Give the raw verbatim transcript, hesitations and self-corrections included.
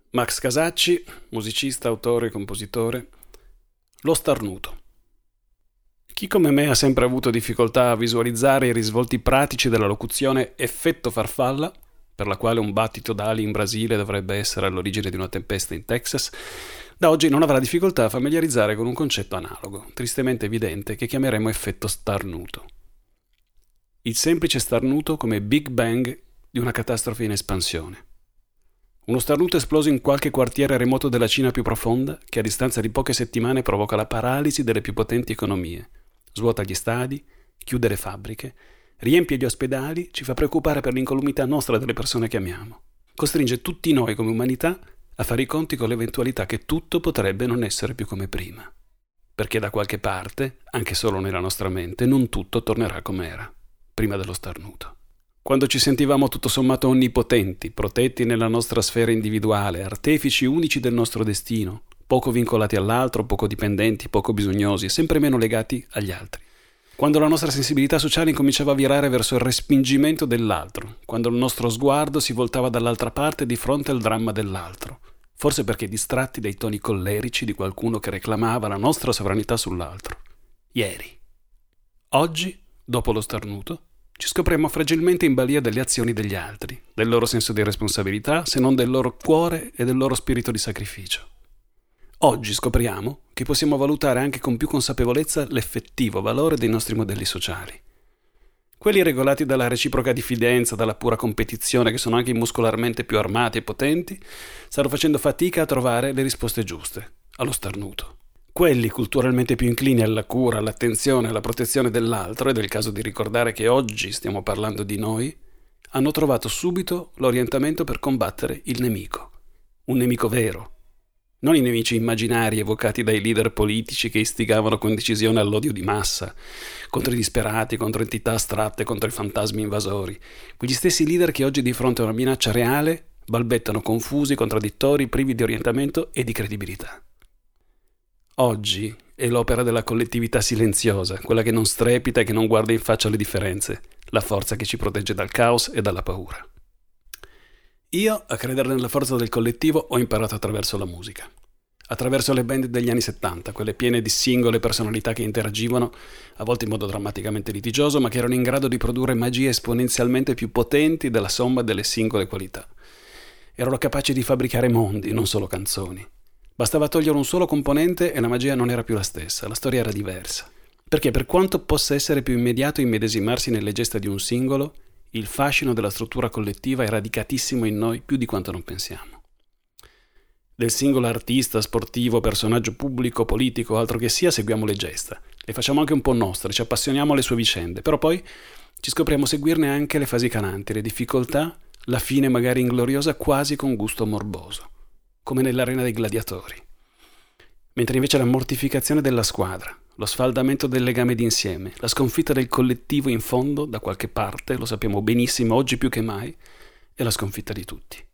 Max Casacci, musicista, autore e compositore. Lo starnuto. Chi come me ha sempre avuto difficoltà a visualizzare i risvolti pratici della locuzione effetto farfalla, per la quale un battito d'ali in Brasile dovrebbe essere all'origine di una tempesta in Texas, da oggi non avrà difficoltà a familiarizzare con un concetto analogo, tristemente evidente, che chiameremo effetto starnuto. Il semplice starnuto come Big Bang di una catastrofe in espansione. Uno starnuto esploso in qualche quartiere remoto della Cina più profonda, che a distanza di poche settimane provoca la paralisi delle più potenti economie, svuota gli stadi, chiude le fabbriche, riempie gli ospedali, ci fa preoccupare per l'incolumità nostra e delle persone che amiamo. Costringe tutti noi come umanità a fare i conti con l'eventualità che tutto potrebbe non essere più come prima. Perché da qualche parte, anche solo nella nostra mente, non tutto tornerà come era, prima dello starnuto. Quando ci sentivamo tutto sommato onnipotenti, protetti nella nostra sfera individuale, artefici unici del nostro destino, poco vincolati all'altro, poco dipendenti, poco bisognosi e sempre meno legati agli altri. Quando la nostra sensibilità sociale incominciava a virare verso il respingimento dell'altro, quando il nostro sguardo si voltava dall'altra parte di fronte al dramma dell'altro, forse perché distratti dai toni collerici di qualcuno che reclamava la nostra sovranità sull'altro. Ieri. Oggi, dopo lo starnuto, ci scopriamo fragilmente in balia delle azioni degli altri, del loro senso di responsabilità, se non del loro cuore e del loro spirito di sacrificio. Oggi scopriamo che possiamo valutare anche con più consapevolezza l'effettivo valore dei nostri modelli sociali. Quelli regolati dalla reciproca diffidenza, dalla pura competizione, che sono anche muscolarmente più armati e potenti, stanno facendo fatica a trovare le risposte giuste allo starnuto. Quelli culturalmente più inclini alla cura, all'attenzione, alla protezione dell'altro, ed è il caso di ricordare che oggi stiamo parlando di noi, hanno trovato subito l'orientamento per combattere il nemico. Un nemico vero. Non i nemici immaginari evocati dai leader politici che istigavano con decisione all'odio di massa, contro i disperati, contro entità astratte, contro i fantasmi invasori. Quegli stessi leader che oggi di fronte a una minaccia reale balbettano confusi, contraddittori, privi di orientamento e di credibilità. Oggi è l'opera della collettività silenziosa, quella che non strepita e che non guarda in faccia le differenze, la forza che ci protegge dal caos e dalla paura. Io, a credere nella forza del collettivo, ho imparato attraverso la musica. Attraverso le band degli anni settanta, quelle piene di singole personalità che interagivano, a volte in modo drammaticamente litigioso, ma che erano in grado di produrre magie esponenzialmente più potenti della somma delle singole qualità. Erano capaci di fabbricare mondi, non solo canzoni. Bastava togliere un solo componente e la magia non era più la stessa, la storia era diversa. Perché per quanto possa essere più immediato immedesimarsi nelle gesta di un singolo, il fascino della struttura collettiva è radicatissimo in noi più di quanto non pensiamo. Del singolo artista, sportivo, personaggio pubblico, politico, altro che sia, seguiamo le gesta. Le facciamo anche un po' nostre, ci appassioniamo alle sue vicende, però poi ci scopriamo seguirne anche le fasi cananti, le difficoltà, la fine magari ingloriosa quasi con gusto morboso, come nell'arena dei gladiatori. Mentre invece la mortificazione della squadra, lo sfaldamento del legame d'insieme, la sconfitta del collettivo in fondo, da qualche parte, lo sappiamo benissimo oggi più che mai, è la sconfitta di tutti.